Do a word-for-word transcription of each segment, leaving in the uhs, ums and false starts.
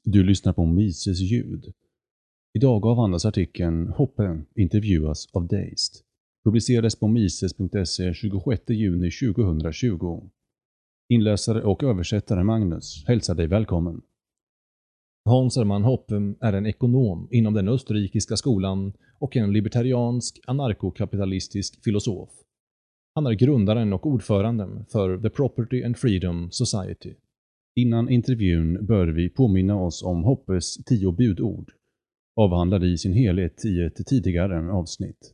Du lyssnar på Mises ljud. Idag avhandlas artikeln Hoppe intervjuas av Dazed. Publicerades på mises punkt se tjugosjätte juni tjugohundratjugo. Inläsare och översättare Magnus hälsar dig välkommen. Hans Hermann Hoppe är en ekonom inom den österrikiska skolan och en libertariansk anarkokapitalistisk filosof. Han är grundaren och ordföranden för The Property and Freedom Society. Innan intervjun bör vi påminna oss om Hoppes tio budord, avhandlade i sin helhet i ett tidigare avsnitt.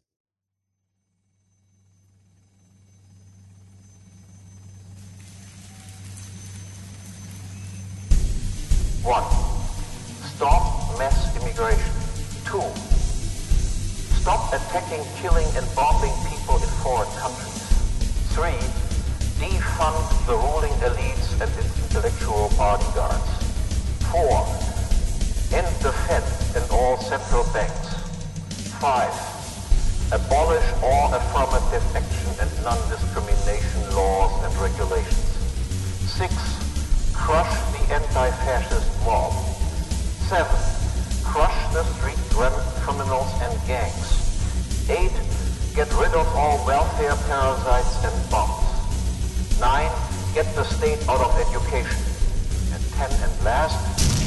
One. Stop mass immigration. Two. Stop attacking, killing and bombing people in foreign countries. Three. Defund the ruling elites and its intellectual bodyguards. Four. End the Fed and all central banks. Five. Abolish all affirmative action and non-discrimination laws and regulations. Six. Crush the anti-fascist mob. Seven. Crush the street criminals and gangs. Eight. Get rid of all welfare parasites and bombs. Nine. Get the state out of education. And ten and last,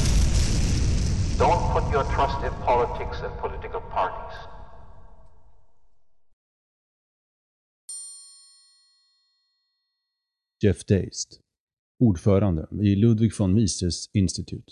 don't put your trust in politics and political parties. Jeff Dazed, ordförande i Ludwig von Mises Institute.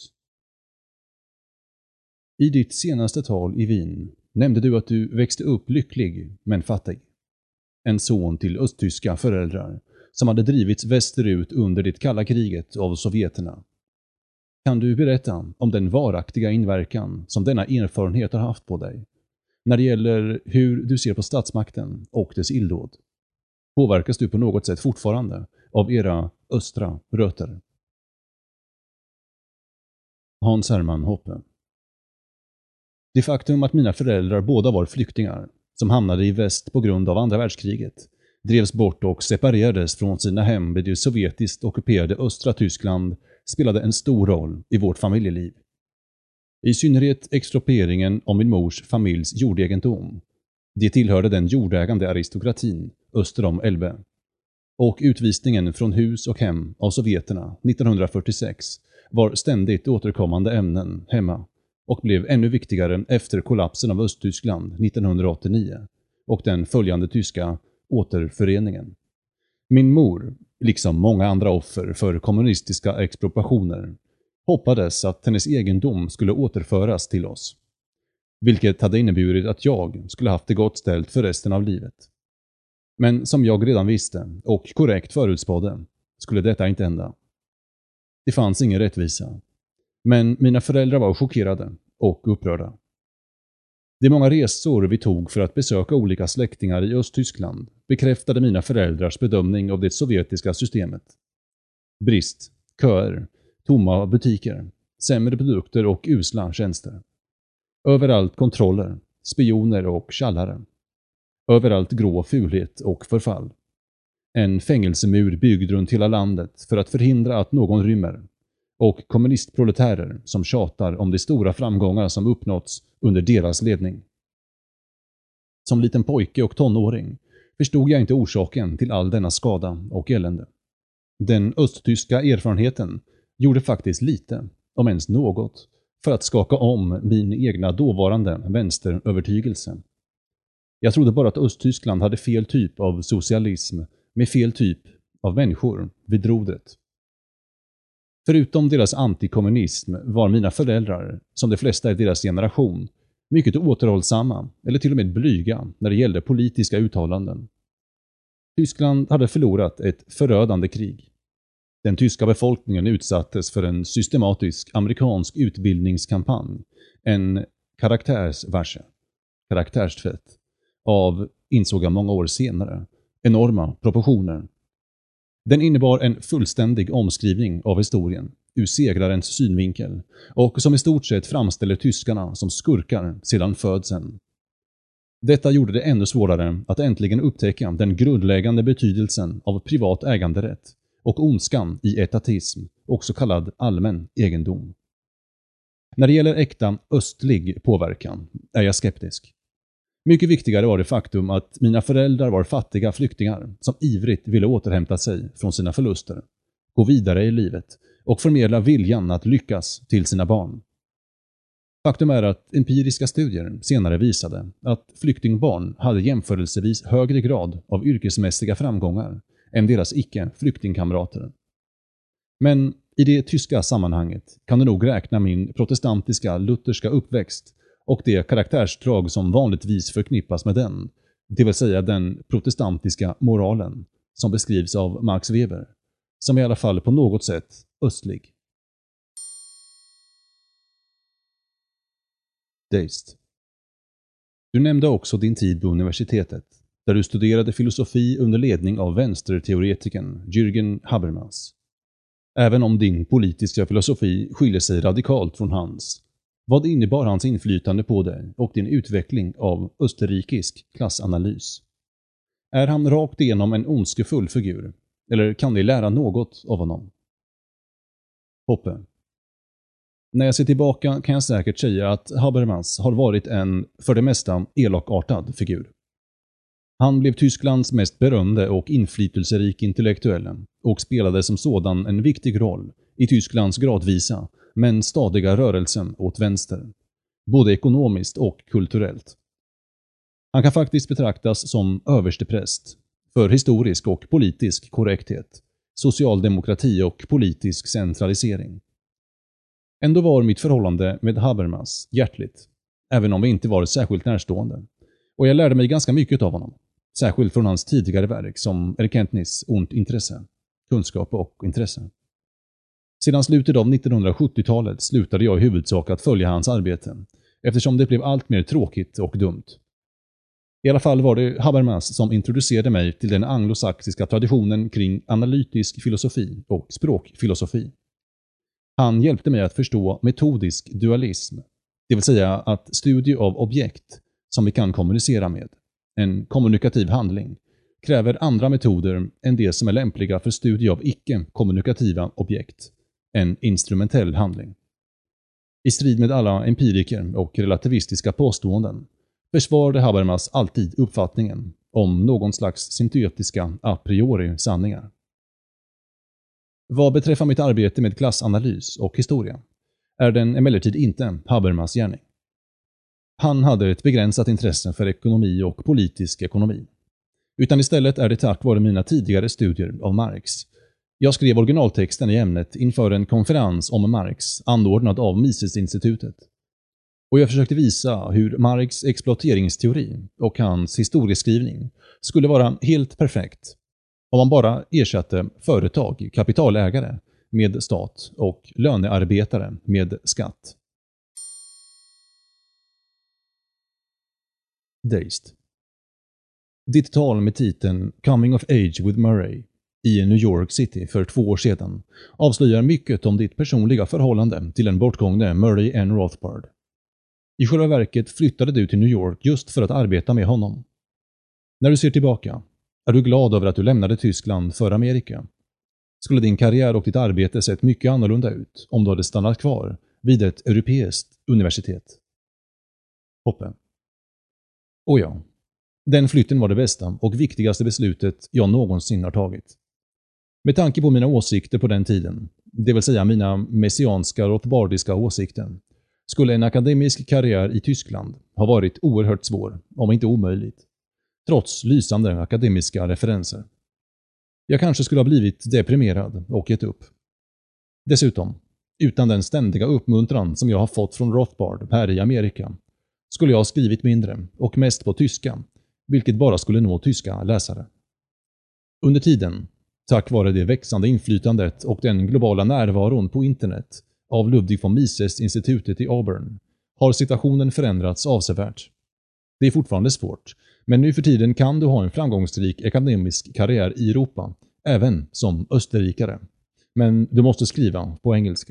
I ditt senaste tal i Wien nämnde du att du växte upp lycklig men fattig. En son till östtyska föräldrar som hade drivits västerut under det kalla kriget av sovjeterna. Kan du berätta om den varaktiga inverkan som denna erfarenhet har haft på dig när det gäller hur du ser på statsmakten och dess illdåd? Påverkas du på något sätt fortfarande av era östra rötter? Hans Hermann Hoppe. Det faktum att mina föräldrar båda var flyktingar som hamnade i väst på grund av andra världskriget, drevs bort och separerades från sina hem vid det sovjetiskt ockuperade östra Tyskland, spelade en stor roll i vårt familjeliv. I synnerhet exproprieringen av min mors familjs jordegendom. Det tillhörde den jordägande aristokratin öster om Elbe. Och utvisningen från hus och hem av sovjeterna nittonhundrafyrtiosex var ständigt återkommande ämnen hemma och blev ännu viktigare efter kollapsen av Östtyskland nittonhundraåttionio och den följande tyska återföreningen. Min mor, liksom många andra offer för kommunistiska expropriationer, hoppades att hennes egendom skulle återföras till oss, vilket hade inneburit att jag skulle haft det gott ställt för resten av livet. Men som jag redan visste och korrekt förutspådde skulle detta inte hända. Det fanns ingen rättvisa. Men mina föräldrar var chockerade och upprörda. De många resor vi tog för att besöka olika släktingar i Östtyskland bekräftade mina föräldrars bedömning av det sovjetiska systemet. Brist, köer, tomma butiker, sämre produkter och usla tjänster. Överallt kontroller, spioner och tjallare. Överallt grå fulhet och förfall. En fängelsemur byggd runt hela landet för att förhindra att någon rymmer. Och kommunistproletärer som tjatar om de stora framgångar som uppnåtts under deras ledning. Som liten pojke och tonåring förstod jag inte orsaken till all denna skada och elände. Den östtyska erfarenheten gjorde faktiskt lite, om ens något, för att skaka om min egna dåvarande vänsterövertygelse. Jag trodde bara att Östtyskland hade fel typ av socialism med fel typ av människor vid rodret. Förutom deras antikommunism var mina föräldrar, som de flesta i deras generation, mycket återhållsamma eller till och med blyga när det gällde politiska uttalanden. Tyskland hade förlorat ett förödande krig. Den tyska befolkningen utsattes för en systematisk amerikansk utbildningskampanj, en karaktärsvarse, karaktärstvätt, av, insåg jag många år senare, enorma proportioner. Den innebar en fullständig omskrivning av historien ur segrarens synvinkel och som i stort sett framställer tyskarna som skurkar sedan födseln. Detta gjorde det ännu svårare att äntligen upptäcka den grundläggande betydelsen av privat äganderätt och ondskan i etatism, också kallad allmän egendom. När det gäller äkta östlig påverkan är jag skeptisk. Mycket viktigare var det faktum att mina föräldrar var fattiga flyktingar som ivrigt ville återhämta sig från sina förluster, gå vidare i livet och förmedla viljan att lyckas till sina barn. Faktum är att empiriska studier senare visade att flyktingbarn hade jämförelsevis högre grad av yrkesmässiga framgångar än deras icke-flyktingkamrater. Men i det tyska sammanhanget kan du nog räkna min protestantiska lutherska uppväxt och det karaktärsdrag som vanligtvis förknippas med den, det vill säga den protestantiska moralen som beskrivs av Max Weber, som i alla fall på något sätt östlig. Dazed. Du nämnde också din tid på universitetet, där du studerade filosofi under ledning av vänsterteoretikern Jürgen Habermas. Även om din politiska filosofi skiljer sig radikalt från hans, vad innebar hans inflytande på dig och din utveckling av österrikisk klassanalys? Är han rakt igenom en ondskefull figur, eller kan ni lära något av honom? Hoppe. När jag ser tillbaka kan jag säkert säga att Habermas har varit en, för det mesta, elakartad figur. Han blev Tysklands mest berömde och inflytelserik intellektuell och spelade som sådan en viktig roll i Tysklands gradvisa men stadiga rörelse åt vänster, både ekonomiskt och kulturellt. Han kan faktiskt betraktas som överstepräst för historisk och politisk korrekthet, socialdemokrati och politisk centralisering. Ändå var mitt förhållande med Habermas hjärtligt, även om vi inte var särskilt närstående, och jag lärde mig ganska mycket av honom, särskilt från hans tidigare verk som Erkenntnis und Interesse, kunskap och intresse. Sedan slutet av nittonhundrasjuttiotalet slutade jag i huvudsak att följa hans arbete, eftersom det blev allt mer tråkigt och dumt. I alla fall var det Habermas som introducerade mig till den anglosaxiska traditionen kring analytisk filosofi och språkfilosofi. Han hjälpte mig att förstå metodisk dualism, det vill säga att studie av objekt som vi kan kommunicera med, en kommunikativ handling, kräver andra metoder än de som är lämpliga för studie av icke-kommunikativa objekt, en instrumentell handling. I strid med alla empiriker och relativistiska påståenden försvarade Habermas alltid uppfattningen om någon slags syntetiska a priori sanningar. Vad beträffar mitt arbete med klassanalys och historia är den emellertid inte Habermas gärning. Han hade ett begränsat intresse för ekonomi och politisk ekonomi. Utan istället är det tack vare mina tidigare studier av Marx. Jag skrev originaltexten i ämnet inför en konferens om Marx anordnad av Misesinstitutet. Och jag försökte visa hur Marx exploateringsteori och hans historieskrivning skulle vara helt perfekt om man bara ersatte företag, kapitalägare med stat och lönearbetare med skatt. Dazed. Ditt tal med titeln Coming of Age with Murray i New York City för två år sedan avslöjar mycket om ditt personliga förhållande till den bortgångne Murray N. Rothbard. I själva verket flyttade du till New York just för att arbeta med honom. När du ser tillbaka, är du glad över att du lämnade Tyskland för Amerika? Skulle din karriär och ditt arbete sett mycket annorlunda ut om du hade stannat kvar vid ett europeiskt universitet? Hoppe. Och ja, den flytten var det bästa och viktigaste beslutet jag någonsin har tagit. Med tanke på mina åsikter på den tiden, det vill säga mina messianska rothbardiska åsikter, skulle en akademisk karriär i Tyskland ha varit oerhört svår, om inte omöjligt, trots lysande akademiska referenser. Jag kanske skulle ha blivit deprimerad och gett upp. Dessutom, utan den ständiga uppmuntran som jag har fått från Rothbard här i Amerika, skulle jag ha skrivit mindre och mest på tyska, vilket bara skulle nå tyska läsare. Under tiden, tack vare det växande inflytandet och den globala närvaron på internet av Ludwig von Mises-institutet i Auburn, har situationen förändrats avsevärt. Det är fortfarande svårt, men nu för tiden kan du ha en framgångsrik akademisk karriär i Europa, även som österrikare. Men du måste skriva på engelska.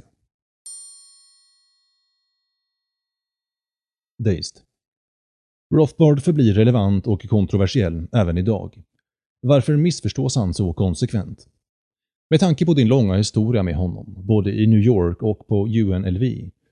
Dazed. Rothbard förblir relevant och kontroversiell även idag. Varför missförstås han så konsekvent? Med tanke på din långa historia med honom, både i New York och på U N L V,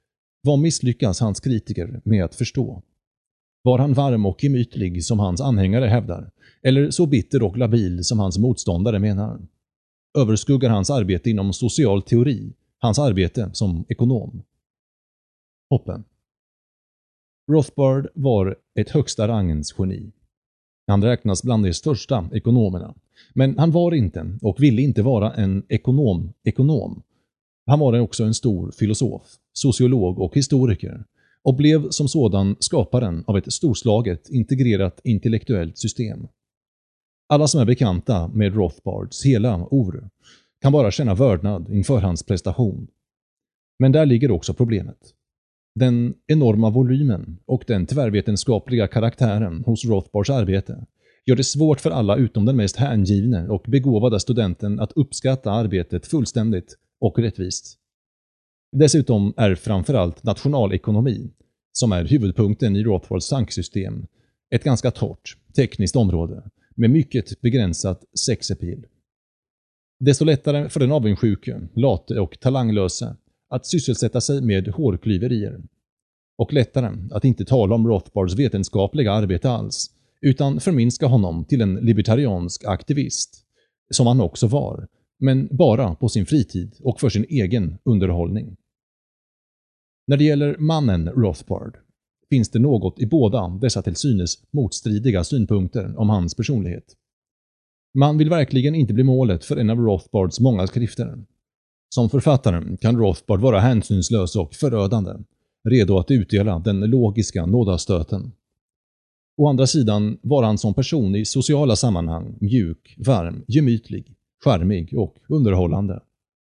Vad misslyckas hans kritiker med att förstå? Var han varm och gemytlig som hans anhängare hävdar, eller så bitter och labil som hans motståndare menar? Överskuggar hans arbete inom social teori hans arbete som ekonom? Hoppe. Rothbard var ett högsta rangens geni. Han räknas bland de största ekonomerna, men han var inte och ville inte vara en ekonom-ekonom. Han var också en stor filosof, sociolog och historiker och blev som sådan skaparen av ett storslaget integrerat intellektuellt system. Alla som är bekanta med Rothbards hela or kan bara känna vördnad inför hans prestation. Men där ligger också problemet. Den enorma volymen och den tvärvetenskapliga karaktären hos Rothbards arbete gör det svårt för alla utom den mest hängivne och begåvade studenten att uppskatta arbetet fullständigt och rättvist. Dessutom är framförallt nationalekonomi, som är huvudpunkten i Rothbards tanksystem, ett ganska torrt, tekniskt område med mycket begränsat sexappeal. Desto lättare för den avundsjuke, late och talanglösa att sysselsätta sig med hårklyverier. Och lättare att inte tala om Rothbards vetenskapliga arbete alls, utan förminska honom till en libertariansk aktivist, som han också var, men bara på sin fritid och för sin egen underhållning. När det gäller mannen Rothbard finns det något i båda dessa till synes motstridiga synpunkter om hans personlighet. Man vill verkligen inte bli målet för en av Rothbards många skrifter. Som författare kan Rothbard vara hänsynslös och förödande, redo att utdela den logiska nådastöten. Å andra sidan var han som person i sociala sammanhang mjuk, varm, gemytlig, charmig och underhållande.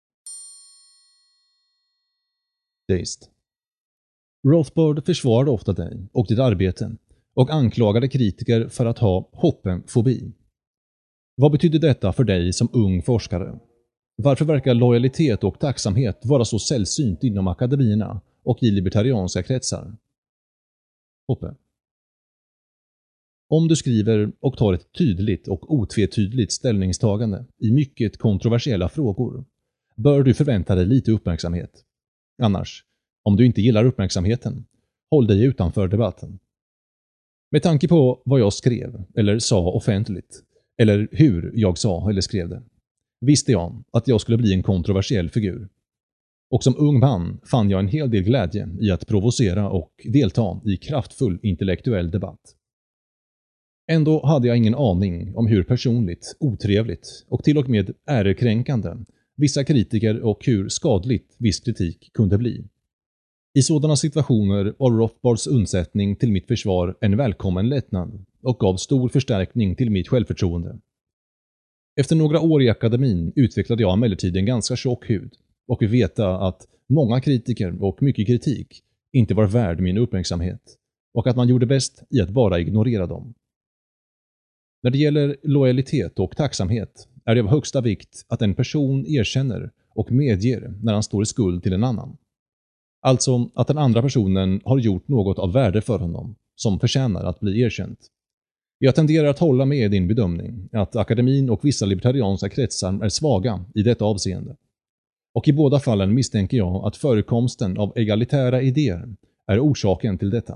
Dazed. Rothbard försvarade ofta dig och ditt arbete och anklagade kritiker för att ha hoppenfobi. Vad betydde detta för dig som ung forskare? Varför verkar lojalitet och tacksamhet vara så sällsynt inom akademierna och i libertarianska kretsar? Hoppe. Om du skriver och tar ett tydligt och otvetydigt ställningstagande i mycket kontroversiella frågor bör du förvänta dig lite uppmärksamhet. Annars, om du inte gillar uppmärksamheten, håll dig utanför debatten. Med tanke på vad jag skrev eller sa offentligt, eller hur jag sa eller skrev det, visste jag att jag skulle bli en kontroversiell figur. Och som ung man fann jag en hel del glädje i att provocera och delta i kraftfull intellektuell debatt. Ändå hade jag ingen aning om hur personligt, otrevligt och till och med ärekränkande vissa kritiker och hur skadligt viss kritik kunde bli. I sådana situationer var Rothbards undsättning till mitt försvar en välkommen lättnad och gav stor förstärkning till mitt självförtroende. Efter några år i akademin utvecklade jag emellertid en ganska tjock hud och fick veta att många kritiker och mycket kritik inte var värd min uppmärksamhet och att man gjorde bäst i att bara ignorera dem. När det gäller lojalitet och tacksamhet är det av högsta vikt att en person erkänner och medger när han står i skuld till en annan. Alltså att den andra personen har gjort något av värde för honom som förtjänar att bli erkänt. Jag tenderar att hålla med din bedömning att akademin och vissa libertarianska kretsar är svaga i detta avseende. Och i båda fallen misstänker jag att förekomsten av egalitära idéer är orsaken till detta.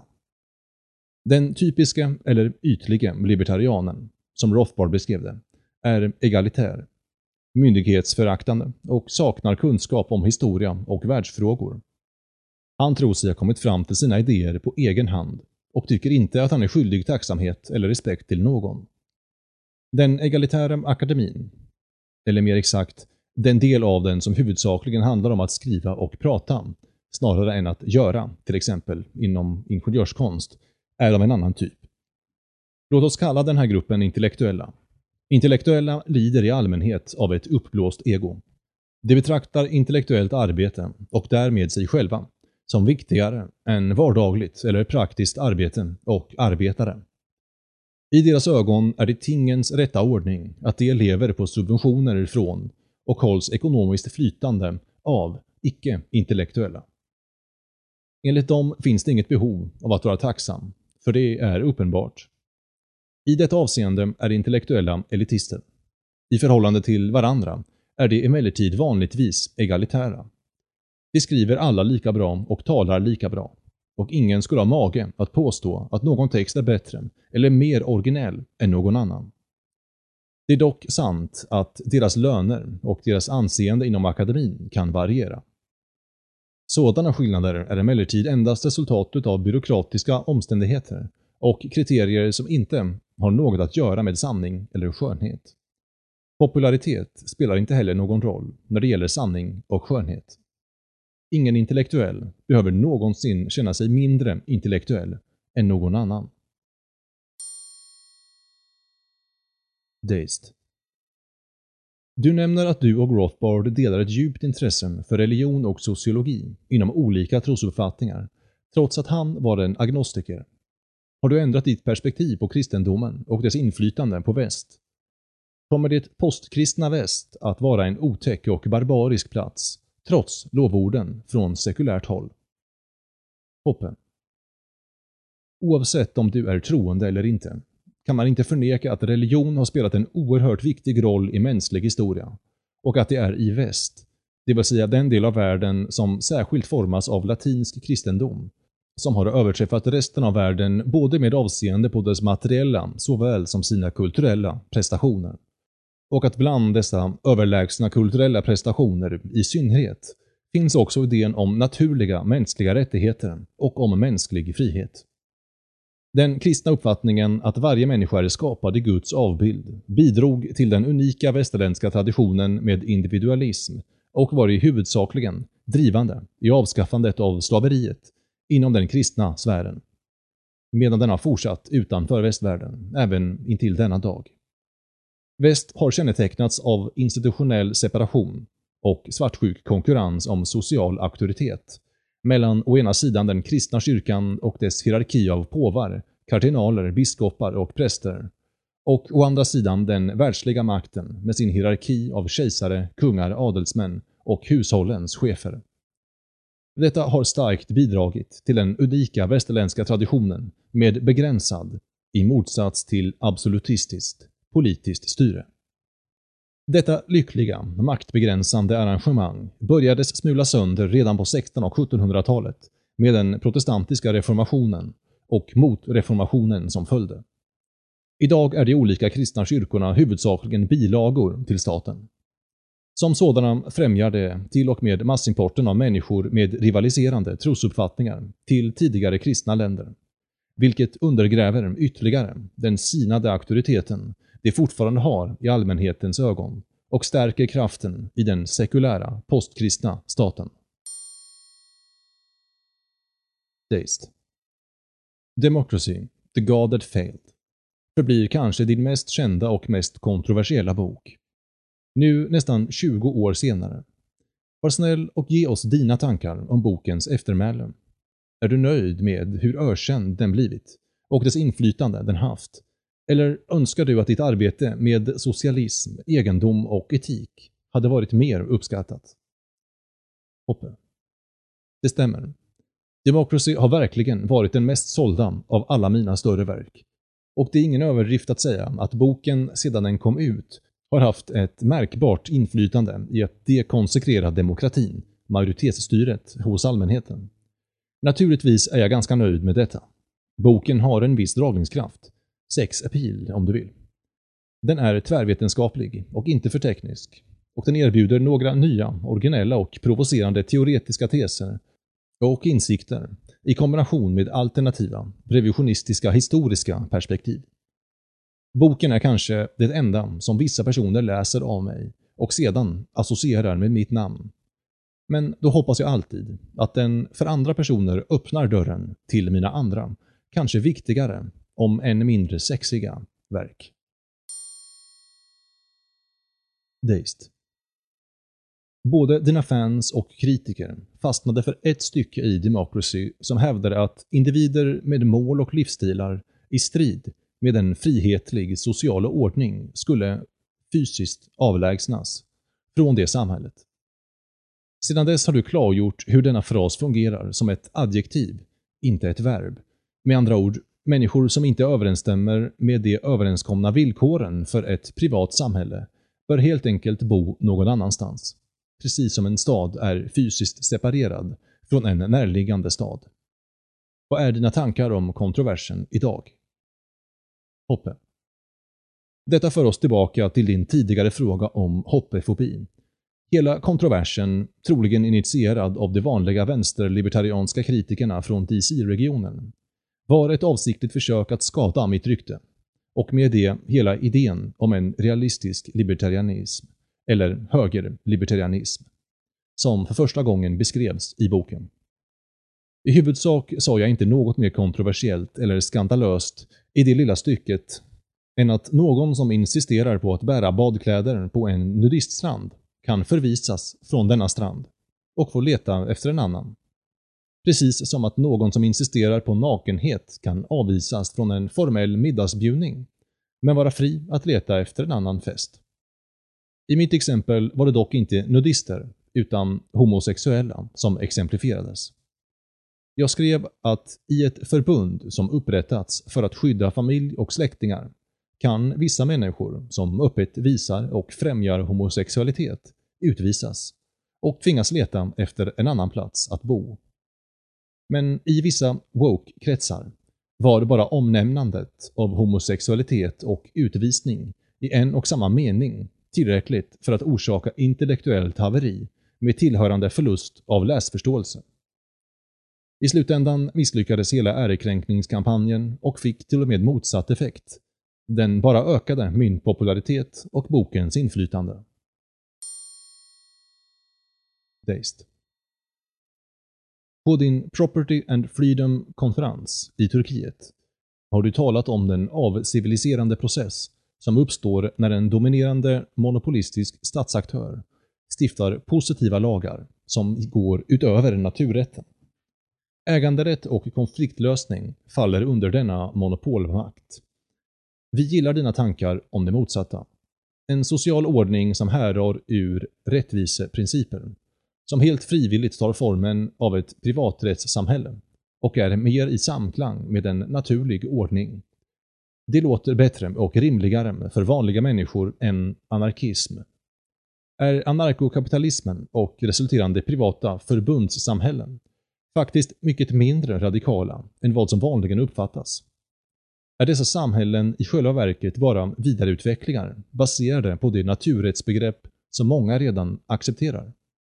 Den typiska eller ytliga libertarianen, som Rothbard beskrev det, är egalitär, myndighetsföraktande och saknar kunskap om historia och världsfrågor. Han tror sig ha kommit fram till sina idéer på egen hand och tycker inte att han är skyldig tacksamhet eller respekt till någon. Den egalitära akademin, eller mer exakt, den del av den som huvudsakligen handlar om att skriva och prata, snarare än att göra, till exempel inom ingenjörskonst, är av en annan typ. Låt oss kalla den här gruppen intellektuella. Intellektuella lider i allmänhet av ett uppblåst ego. De betraktar intellektuellt arbete och därmed sig själva som viktigare än vardagligt eller praktiskt arbete och arbetare. I deras ögon är det tingens rätta ordning att de lever på subventioner från och hålls ekonomiskt flytande av icke-intellektuella. Enligt dem finns det inget behov av att vara tacksam, för det är uppenbart. I detta avseende är intellektuella elitister. I förhållande till varandra är de emellertid vanligtvis egalitära. Vi skriver alla lika bra och talar lika bra. Och ingen skulle ha mage att påstå att någon text är bättre eller mer originell än någon annan. Det är dock sant att deras löner och deras anseende inom akademin kan variera. Sådana skillnader är emellertid endast resultatet av byråkratiska omständigheter och kriterier som inte har något att göra med sanning eller skönhet. Popularitet spelar inte heller någon roll när det gäller sanning och skönhet. Ingen intellektuell behöver någonsin känna sig mindre intellektuell än någon annan. Dazed. Du nämner att du och Rothbard delar ett djupt intresse för religion och sociologi inom olika trosuppfattningar, trots att han var en agnostiker. Har du ändrat ditt perspektiv på kristendomen och dess inflytande på väst? Kommer det postkristna väst att vara en otäck och barbarisk plats, trots lovorden från sekulärt håll? Hoppe. Oavsett om du är troende eller inte, kan man inte förneka att religion har spelat en oerhört viktig roll i mänsklig historia, och att det är i väst, det vill säga den del av världen som särskilt formas av latinsk kristendom, som har överträffat resten av världen både med avseende på dess materiella såväl som sina kulturella prestationer. Och att bland dessa överlägsna kulturella prestationer i synnerhet finns också idén om naturliga mänskliga rättigheter och om mänsklig frihet. Den kristna uppfattningen att varje människa är skapad i Guds avbild bidrog till den unika västerländska traditionen med individualism och var i huvudsakligen drivande i avskaffandet av slaveriet inom den kristna sfären, medan den har fortsatt utanför västvärlden även intill denna dag. Väst har kännetecknats av institutionell separation och svartsjuk konkurrens om social auktoritet mellan å ena sidan den kristna kyrkan och dess hierarki av påvar, kardinaler, biskopar och präster, och å andra sidan den världsliga makten med sin hierarki av kejsare, kungar, adelsmän och hushållens chefer. Detta har starkt bidragit till den unika västerländska traditionen med begränsad, i motsats till absolutistiskt, politiskt styre. Detta lyckliga, maktbegränsande arrangemang börjades smula sönder redan på sexton- och sjuttonhundratalet med den protestantiska reformationen och motreformationen som följde. Idag är de olika kristna kyrkorna huvudsakligen bilagor till staten. Som sådana främjar det till och med massimporten av människor med rivaliserande trosuppfattningar till tidigare kristna länder, vilket undergräver ytterligare den sinade auktoriteten det fortfarande har i allmänhetens ögon och stärker kraften i den sekulära postkristna staten. Dazed. Democracy, The God That Failed, förblir kanske din mest kända och mest kontroversiella bok. Nu nästan tjugo år senare. Var snäll och ge oss dina tankar om bokens eftermäle. Är du nöjd med hur ökänd den blivit och dess inflytande den haft? Eller önskar du att ditt arbete med socialism, egendom och etik hade varit mer uppskattat? Hoppe. Det stämmer. Democracy har verkligen varit den mest sålda av alla mina större verk. Och det är ingen överdrift att säga att boken sedan den kom ut har haft ett märkbart inflytande i att dekonsekrera demokratin, majoritetsstyret hos allmänheten. Naturligtvis är jag ganska nöjd med detta. Boken har en viss dragningskraft. Sex appeal om du vill. Den är tvärvetenskaplig och inte för teknisk, och den erbjuder några nya, originella och provocerande teoretiska teser och insikter i kombination med alternativa, revisionistiska historiska perspektiv. Boken är kanske det enda som vissa personer läser av mig och sedan associerar med mitt namn. Men då hoppas jag alltid att den för andra personer öppnar dörren till mina andra, kanske viktigare, om än mindre sexiga verk. Dazed. Både dina fans och kritiker fastnade för ett stycke i Democracy som hävdade att individer med mål och livsstilar i strid med en frihetlig social ordning skulle fysiskt avlägsnas från det samhället. Sedan dess har du klargjort hur denna fras fungerar som ett adjektiv, inte ett verb. Med andra ord, människor som inte överensstämmer med de överenskomna villkoren för ett privat samhälle bör helt enkelt bo någon annanstans. precis som en stad är fysiskt separerad från en närliggande stad. Vad är dina tankar om kontroversen idag? Hoppe. Detta för oss tillbaka till din tidigare fråga om hoppefobi. Hela kontroversen, troligen initierad av de vanliga vänsterlibertarianska kritikerna från D C-regionen, var ett avsiktligt försök att skada mitt rykte, och med det hela idén om en realistisk libertarianism, eller högerlibertarianism, som för första gången beskrevs i boken. I huvudsak sa jag inte något mer kontroversiellt eller skandalöst i det lilla stycket än att någon som insisterar på att bära badkläder på en nudiststrand kan förvisas från denna strand och få leta efter en annan. Precis som att någon som insisterar på nakenhet kan avvisas från en formell middagsbjudning, men vara fri att leta efter en annan fest. I mitt exempel var det dock inte nudister, utan homosexuella som exemplifierades. Jag skrev att i ett förbund som upprättats för att skydda familj och släktingar kan vissa människor som öppet visar och främjar homosexualitet utvisas och tvingas leta efter en annan plats att bo. Men i vissa woke-kretsar var bara omnämnandet av homosexualitet och utvisning i en och samma mening tillräckligt för att orsaka intellektuellt haveri med tillhörande förlust av läsförståelse. I slutändan misslyckades hela ärekränkningskampanjen och fick till och med motsatt effekt. Den bara ökade min popularitet och bokens inflytande. Dazed. På din Property and Freedom-konferens i Turkiet har du talat om den avciviliserande process som uppstår när en dominerande monopolistisk statsaktör stiftar positiva lagar som går utöver naturrätten. Äganderätt och konfliktlösning faller under denna monopolmakt. Vi gillar dina tankar om det motsatta. En social ordning som härrör ur rättviseprinciper, som helt frivilligt tar formen av ett privaträttssamhälle och är mer i samklang med en naturlig ordning. Det låter bättre och rimligare för vanliga människor än anarkism. Är anarkokapitalismen och resulterande privata förbundssamhällen faktiskt mycket mindre radikala än vad som vanligen uppfattas? Är dessa samhällen i själva verket bara vidareutvecklingar baserade på det naturrättsbegrepp som många redan accepterar?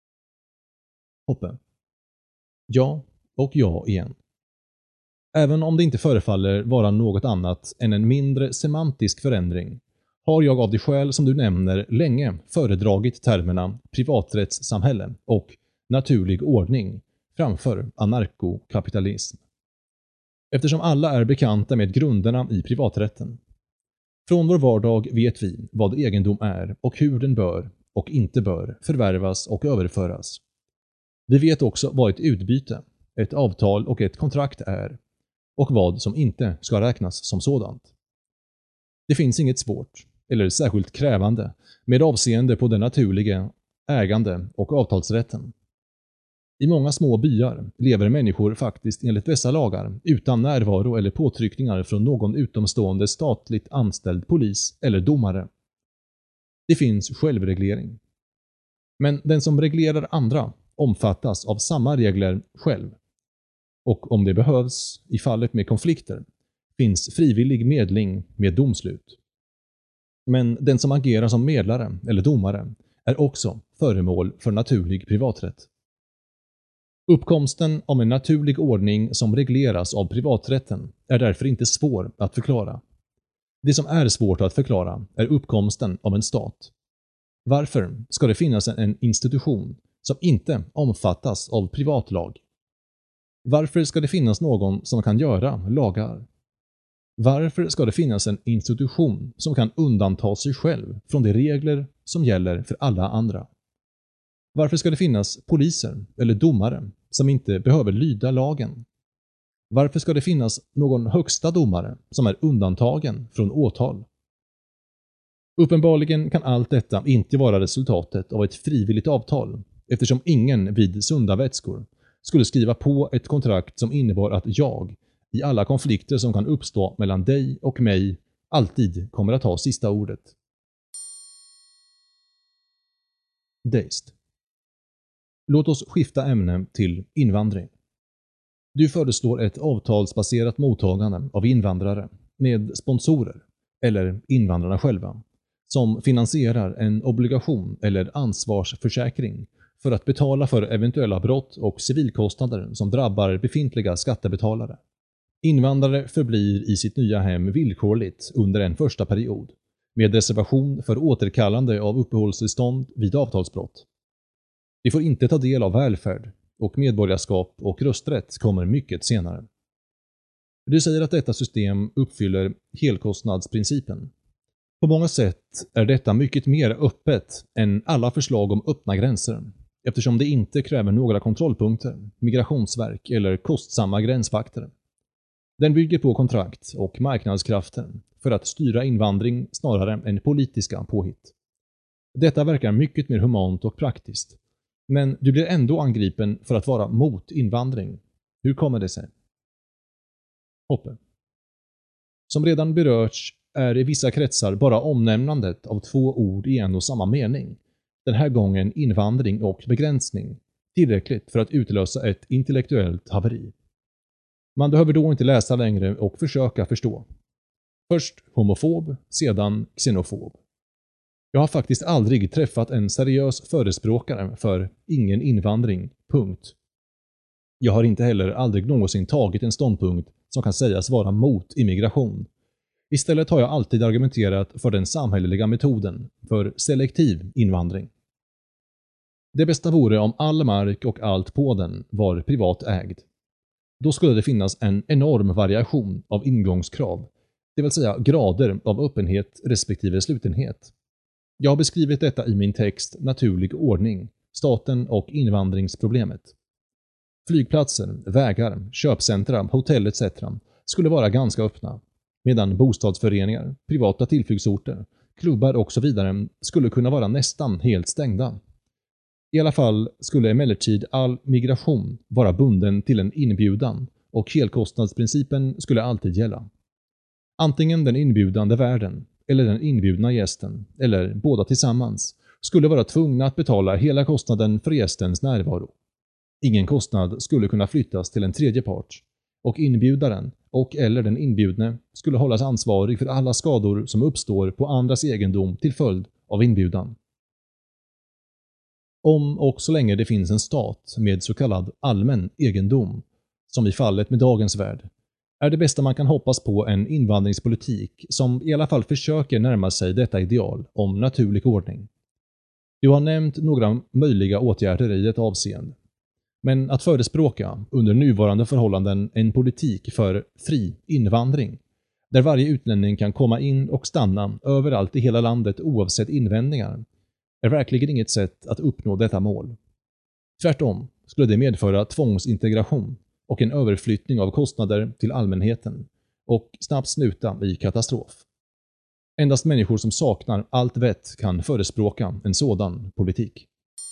Hoppe. Ja och ja igen. Även om det inte förefaller vara något annat än en mindre semantisk förändring har jag av de skäl som du nämner länge föredragit termerna privaträttssamhälle och naturlig ordning framför anarkokapitalism. Eftersom alla är bekanta med grunderna i privaträtten. Från vår vardag vet vi vad egendom är och hur den bör och inte bör förvärvas och överföras. Vi vet också vad ett utbyte, ett avtal och ett kontrakt är och vad som inte ska räknas som sådant. Det finns inget svårt eller särskilt krävande med avseende på den naturliga ägande- och avtalsrätten. I många små byar lever människor faktiskt enligt dessa lagar utan närvaro eller påtryckningar från någon utomstående statligt anställd polis eller domare. Det finns självreglering. Men den som reglerar andra omfattas av samma regler själv. Och om det behövs, i fallet med konflikter, finns frivillig medling med domslut. Men den som agerar som medlare eller domare är också föremål för naturlig privaträtt. Uppkomsten av en naturlig ordning som regleras av privaträtten är därför inte svår att förklara. Det som är svårt att förklara är uppkomsten av en stat. Varför ska det finnas en institution som inte omfattas av privatlag? Varför ska det finnas någon som kan göra lagar? Varför ska det finnas en institution som kan undanta sig själv från de regler som gäller för alla andra? Varför ska det finnas poliser eller domare som inte behöver lyda lagen? Varför ska det finnas någon högsta domare som är undantagen från åtal? Uppenbarligen kan allt detta inte vara resultatet av ett frivilligt avtal, eftersom ingen vid sunda vätskor skulle skriva på ett kontrakt som innebar att jag, i alla konflikter som kan uppstå mellan dig och mig, alltid kommer att ha sista ordet. Dazed. Låt oss skifta ämne till invandring. Du föreslår ett avtalsbaserat mottagande av invandrare med sponsorer, eller invandrarna själva, som finansierar en obligation eller ansvarsförsäkring för att betala för eventuella brott och civilkostnader som drabbar befintliga skattebetalare. Invandrare förblir i sitt nya hem villkorligt under en första period, med reservation för återkallande av uppehållstillstånd vid avtalsbrott. De får inte ta del av välfärd, och medborgarskap och rösträtt kommer mycket senare. Du säger att detta system uppfyller helkostnadsprincipen. På många sätt är detta mycket mer öppet än alla förslag om öppna gränser, eftersom det inte kräver några kontrollpunkter, migrationsverk eller kostsamma gränsvakter. Den bygger på kontrakt och marknadskrafter för att styra invandring snarare än politiska påhitt. Detta verkar mycket mer humant och praktiskt, men du blir ändå angripen för att vara mot invandring. Hur kommer det sig? Hoppe. Som redan berörts är i vissa kretsar bara omnämnandet av två ord i en och samma mening, den här gången invandring och begränsning, tillräckligt för att utlösa ett intellektuellt haveri. Man behöver då inte läsa längre och försöka förstå. Först homofob, sedan xenofob. Jag har faktiskt aldrig träffat en seriös förespråkare för ingen invandring, punkt. Jag har inte heller aldrig någonsin tagit en ståndpunkt som kan sägas vara mot immigration. Istället har jag alltid argumenterat för den samhälleliga metoden, för selektiv invandring. Det bästa vore om all mark och allt på den var privat ägd. Då skulle det finnas en enorm variation av ingångskrav, det vill säga grader av öppenhet respektive slutenhet. Jag har beskrivit detta i min text Naturlig ordning, staten och invandringsproblemet. Flygplatser, vägar, köpcentra, hotell et cetera skulle vara ganska öppna, medan bostadsföreningar, privata tillflyktsorter, klubbar och så vidare skulle kunna vara nästan helt stängda. I alla fall skulle emellertid all migration vara bunden till en inbjudan och helkostnadsprincipen skulle alltid gälla. Antingen den inbjudande värden eller den inbjudna gästen, eller båda tillsammans, skulle vara tvungna att betala hela kostnaden för gästens närvaro. Ingen kostnad skulle kunna flyttas till en tredje part, och inbjudaren och eller den inbjudne skulle hållas ansvarig för alla skador som uppstår på andras egendom till följd av inbjudan. Om och så länge det finns en stat med så kallad allmän egendom, som i fallet med dagens värld, är det bästa man kan hoppas på en invandringspolitik som i alla fall försöker närma sig detta ideal om naturlig ordning. Du har nämnt några möjliga åtgärder i ett avseende. Men att förespråka under nuvarande förhållanden en politik för fri invandring, där varje utlänning kan komma in och stanna överallt i hela landet oavsett invändningar, är verkligen inget sätt att uppnå detta mål. Tvärtom skulle det medföra tvångsintegration och en överflyttning av kostnader till allmänheten och snabbt sluta i katastrof. Endast människor som saknar allt vett kan förespråka en sådan politik.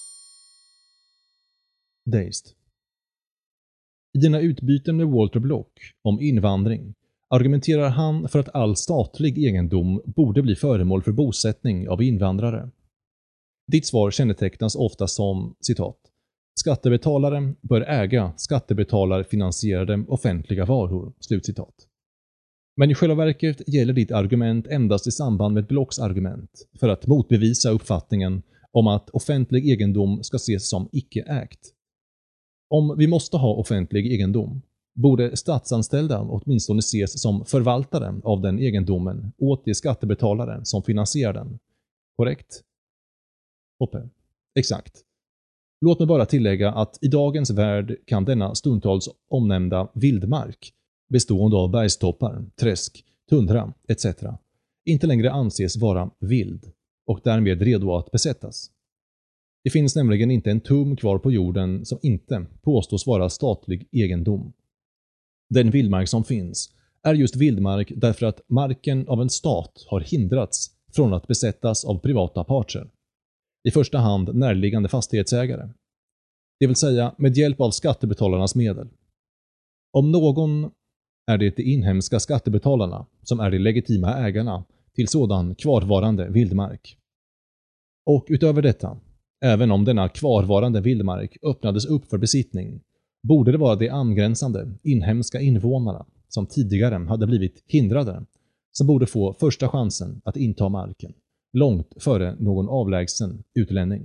Dazed. I dina utbyten med Walter Block om invandring argumenterar han för att all statlig egendom borde bli föremål för bosättning av invandrare. Ditt svar kännetecknas ofta som, citat, skattebetalare bör äga skattebetalarfinansierade offentliga varor, slutcitat. Men i själva verket gäller ditt argument endast i samband med Blocks argument för att motbevisa uppfattningen om att offentlig egendom ska ses som icke-ägt. Om vi måste ha offentlig egendom, borde statsanställda åtminstone ses som förvaltare av den egendomen åt de skattebetalare som finansierar den. Korrekt? Hoppe. Exakt. Låt mig bara tillägga att i dagens värld kan denna stundtals omnämnda vildmark, bestående av bergstoppar, träsk, tundra et cetera, inte längre anses vara vild och därmed redo att besättas. Det finns nämligen inte en tum kvar på jorden som inte påstås vara statlig egendom. Den vildmark som finns är just vildmark därför att marken av en stat har hindrats från att besättas av privata parter. I första hand närliggande fastighetsägare. Det vill säga med hjälp av skattebetalarnas medel. Om någon är det de inhemska skattebetalarna som är de legitima ägarna till sådan kvarvarande vildmark. Och utöver detta Även om denna kvarvarande vildmark öppnades upp för besittning, borde det vara de angränsande inhemska invånarna som tidigare hade blivit hindrade som borde få första chansen att inta marken, långt före någon avlägsen utlänning.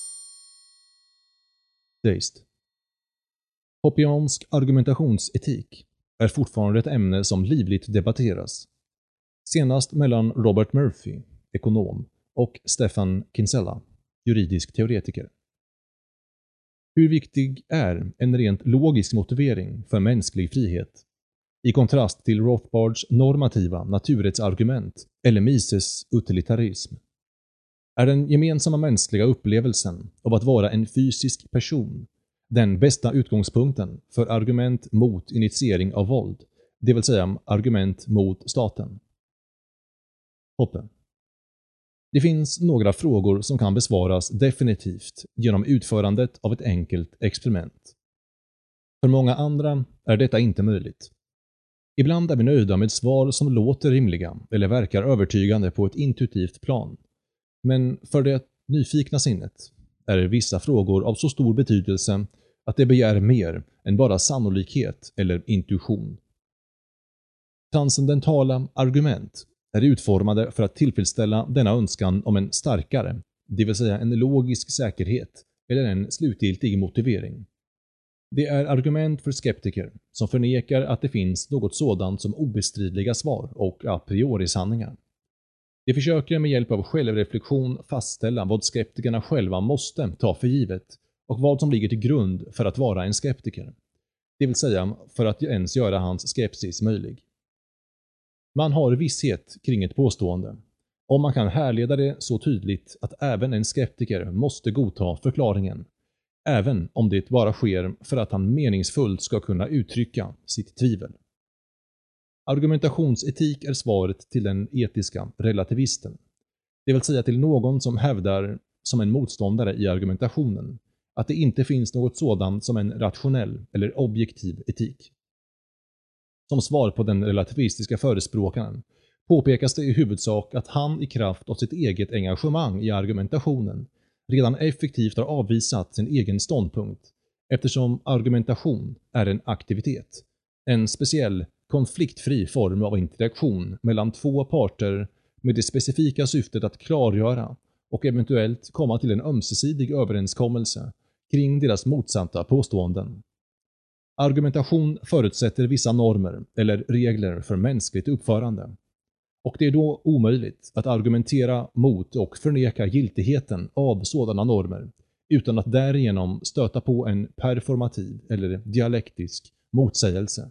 Deist. Hoppiansk argumentationsetik är fortfarande ett ämne som livligt debatteras. Senast mellan Robert Murphy, ekonom, och Stefan Kinsella, juridisk teoretiker. Hur viktig är en rent logisk motivering för mänsklig frihet, i kontrast till Rothbards normativa naturrättsargument eller Mises utilitarism? Är den gemensamma mänskliga upplevelsen av att vara en fysisk person den bästa utgångspunkten för argument mot initiering av våld, det vill säga argument mot staten? Hoppe. Det finns några frågor som kan besvaras definitivt genom utförandet av ett enkelt experiment. För många andra är detta inte möjligt. Ibland är vi nöjda med svar som låter rimliga eller verkar övertygande på ett intuitivt plan. Men för det nyfikna sinnet är vissa frågor av så stor betydelse att det begär mer än bara sannolikhet eller intuition. Transcendentala argument är utformade för att tillfredsställa denna önskan om en starkare, det vill säga en logisk säkerhet eller en slutgiltig motivering. Det är argument för skeptiker som förnekar att det finns något sådant som obestridliga svar och a priori sanningar. De försöker med hjälp av självreflektion fastställa vad skeptikerna själva måste ta för givet och vad som ligger till grund för att vara en skeptiker, det vill säga för att ens göra hans skepsis möjlig. Man har visshet kring ett påstående, om man kan härleda det så tydligt att även en skeptiker måste godta förklaringen, även om det bara sker för att han meningsfullt ska kunna uttrycka sitt tvivel. Argumentationsetik är svaret till den etiska relativisten, det vill säga till någon som hävdar, som en motståndare i argumentationen, att det inte finns något sådant som en rationell eller objektiv etik. Som svar på den relativistiska förespråkaren påpekas det i huvudsak att han i kraft av sitt eget engagemang i argumentationen redan effektivt har avvisat sin egen ståndpunkt, eftersom argumentation är en aktivitet, en speciell konfliktfri form av interaktion mellan två parter med det specifika syftet att klargöra och eventuellt komma till en ömsesidig överenskommelse kring deras motsatta påståenden. Argumentation förutsätter vissa normer eller regler för mänskligt uppförande, och det är då omöjligt att argumentera mot och förneka giltigheten av sådana normer utan att därigenom stöta på en performativ eller dialektisk motsägelse.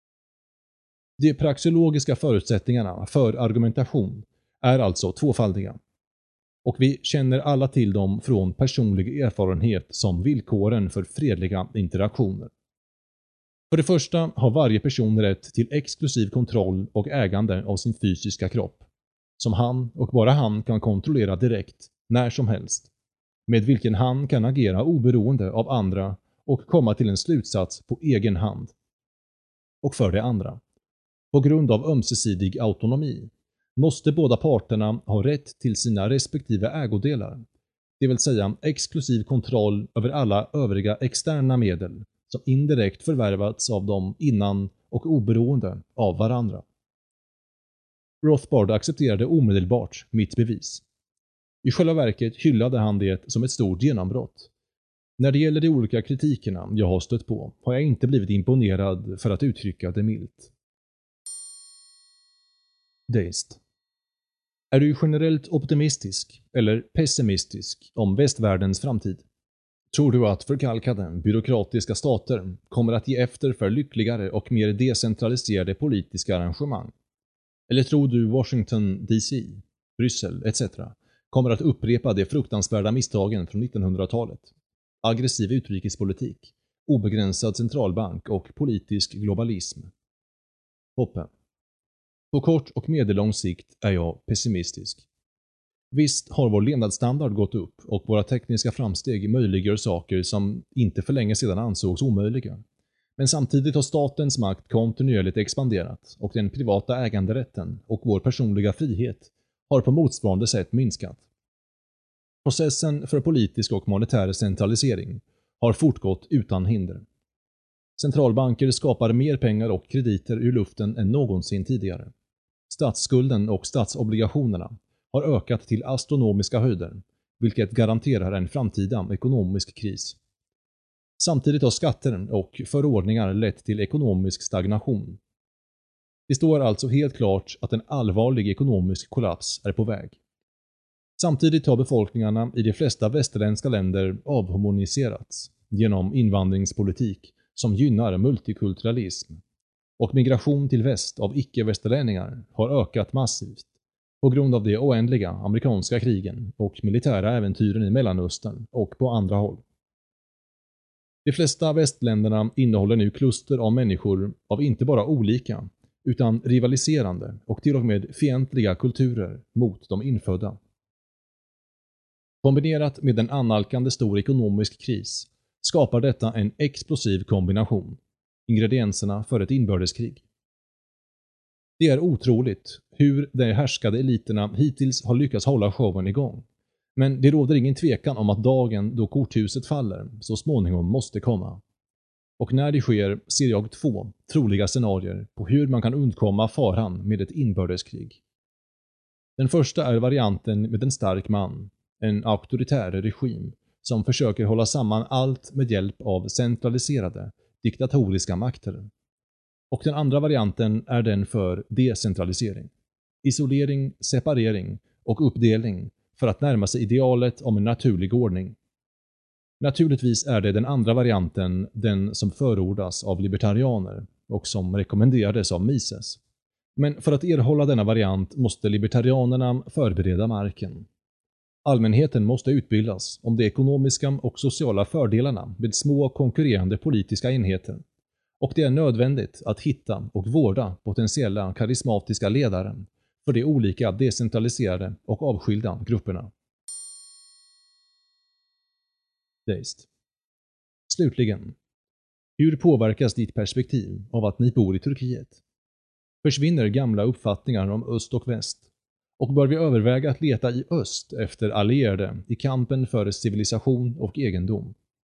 De praxeologiska förutsättningarna för argumentation är alltså tvåfaldiga, och vi känner alla till dem från personlig erfarenhet som villkoren för fredliga interaktioner. För det första har varje person rätt till exklusiv kontroll och ägande av sin fysiska kropp, som han och bara han kan kontrollera direkt, när som helst, med vilken han kan agera oberoende av andra och komma till en slutsats på egen hand. Och för det andra, på grund av ömsesidig autonomi, måste båda parterna ha rätt till sina respektive ägodelar, det vill säga exklusiv kontroll över alla övriga externa medel som indirekt förvärvats av dem innan och oberoende av varandra. Rothbard accepterade omedelbart mitt bevis. I själva verket hyllade han det som ett stort genombrott. När det gäller de olika kritikerna jag har stött på har jag inte blivit imponerad, för att uttrycka det milt. Deist. Är du generellt optimistisk eller pessimistisk om västvärldens framtid? Tror du att förkalkade byråkratiska stater kommer att ge efter för lyckligare och mer decentraliserade politiska arrangemang? Eller tror du Washington D C, Bryssel et cetera kommer att upprepa de fruktansvärda misstagen från nittonhundratalet? Aggressiv utrikespolitik, obegränsad centralbank och politisk globalism. Hoppe. På kort och medellång sikt är jag pessimistisk. Visst har vår levnadsstandard gått upp och våra tekniska framsteg möjliggör saker som inte för länge sedan ansågs omöjliga. Men samtidigt har statens makt kontinuerligt expanderat och den privata äganderätten och vår personliga frihet har på motsvarande sätt minskat. Processen för politisk och monetär centralisering har fortgått utan hinder. Centralbanker skapar mer pengar och krediter ur luften än någonsin tidigare. Statsskulden och statsobligationerna har ökat till astronomiska höjder, vilket garanterar en framtida ekonomisk kris. Samtidigt har skatter och förordningar lett till ekonomisk stagnation. Det står alltså helt klart att en allvarlig ekonomisk kollaps är på väg. Samtidigt har befolkningarna i de flesta västerländska länder avhomoniserats genom invandringspolitik som gynnar multikulturalism, och migration till väst av icke-västerlänningar har ökat massivt på grund av de oändliga amerikanska krigen och militära äventyren i Mellanöstern och på andra håll. De flesta västländerna innehåller nu kluster av människor av inte bara olika, utan rivaliserande och till och med fientliga kulturer mot de infödda. Kombinerat med en annalkande stor ekonomisk kris skapar detta en explosiv kombination, ingredienserna för ett inbördeskrig. Det är otroligt hur de härskade eliterna hittills har lyckats hålla showen igång. Men det råder ingen tvekan om att dagen då korthuset faller så småningom måste komma. Och när det sker ser jag två troliga scenarier på hur man kan undkomma faran med ett inbördeskrig. Den första är varianten med en stark man, en auktoritär regim som försöker hålla samman allt med hjälp av centraliserade, diktatoriska makter. Och den andra varianten är den för decentralisering. Isolering, separering och uppdelning för att närma sig idealet om en naturlig ordning. Naturligtvis är det den andra varianten den som förordas av libertarianer och som rekommenderades av Mises. Men för att erhålla denna variant måste libertarianerna förbereda marken. Allmänheten måste utbildas om de ekonomiska och sociala fördelarna med små konkurrerande politiska enheter. Och det är nödvändigt att hitta och vårda potentiella karismatiska ledare för de olika decentraliserade och avskilda grupperna. Deist. Slutligen, hur påverkas ditt perspektiv av att ni bor i Turkiet? Försvinner gamla uppfattningar om öst och väst? Och bör vi överväga att leta i öst efter allierade i kampen för civilisation och egendom?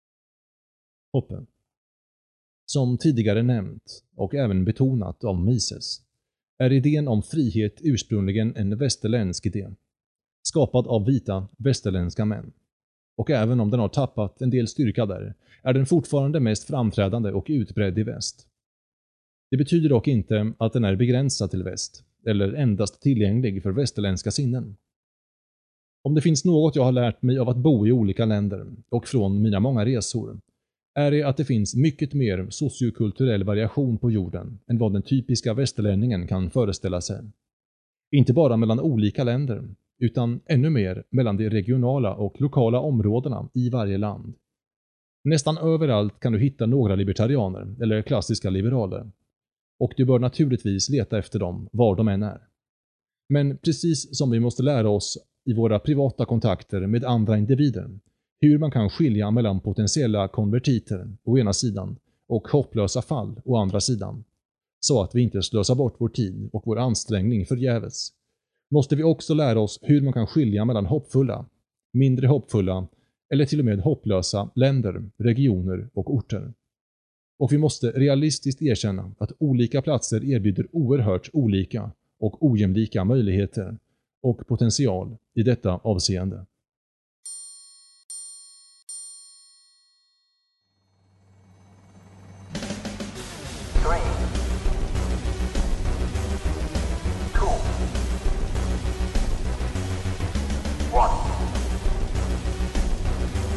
Hoppen. Som tidigare nämnt och även betonat av Mises är idén om frihet ursprungligen en västerländsk idé, skapad av vita västerländska män. Och även om den har tappat en del styrka där, är den fortfarande mest framträdande och utbredd i väst. Det betyder dock inte att den är begränsad till väst, eller endast tillgänglig för västerländska sinnen. Om det finns något jag har lärt mig av att bo i olika länder, och från mina många resor, är det att det finns mycket mer sociokulturell variation på jorden än vad den typiska västerlänningen kan föreställa sig. Inte bara mellan olika länder, utan ännu mer mellan de regionala och lokala områdena i varje land. Nästan överallt kan du hitta några libertarianer eller klassiska liberaler. Och du bör naturligtvis leta efter dem var de än är. Men precis som vi måste lära oss i våra privata kontakter med andra individer hur man kan skilja mellan potentiella konvertiter å ena sidan och hopplösa fall å andra sidan, så att vi inte slösar bort vår tid och vår ansträngning förgäves, måste vi också lära oss hur man kan skilja mellan hoppfulla, mindre hoppfulla eller till och med hopplösa länder, regioner och orter. Och vi måste realistiskt erkänna att olika platser erbjuder oerhört olika och ojämlika möjligheter och potential i detta avseende.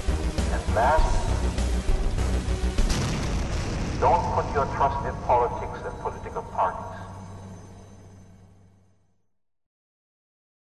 Don't put your trust in politics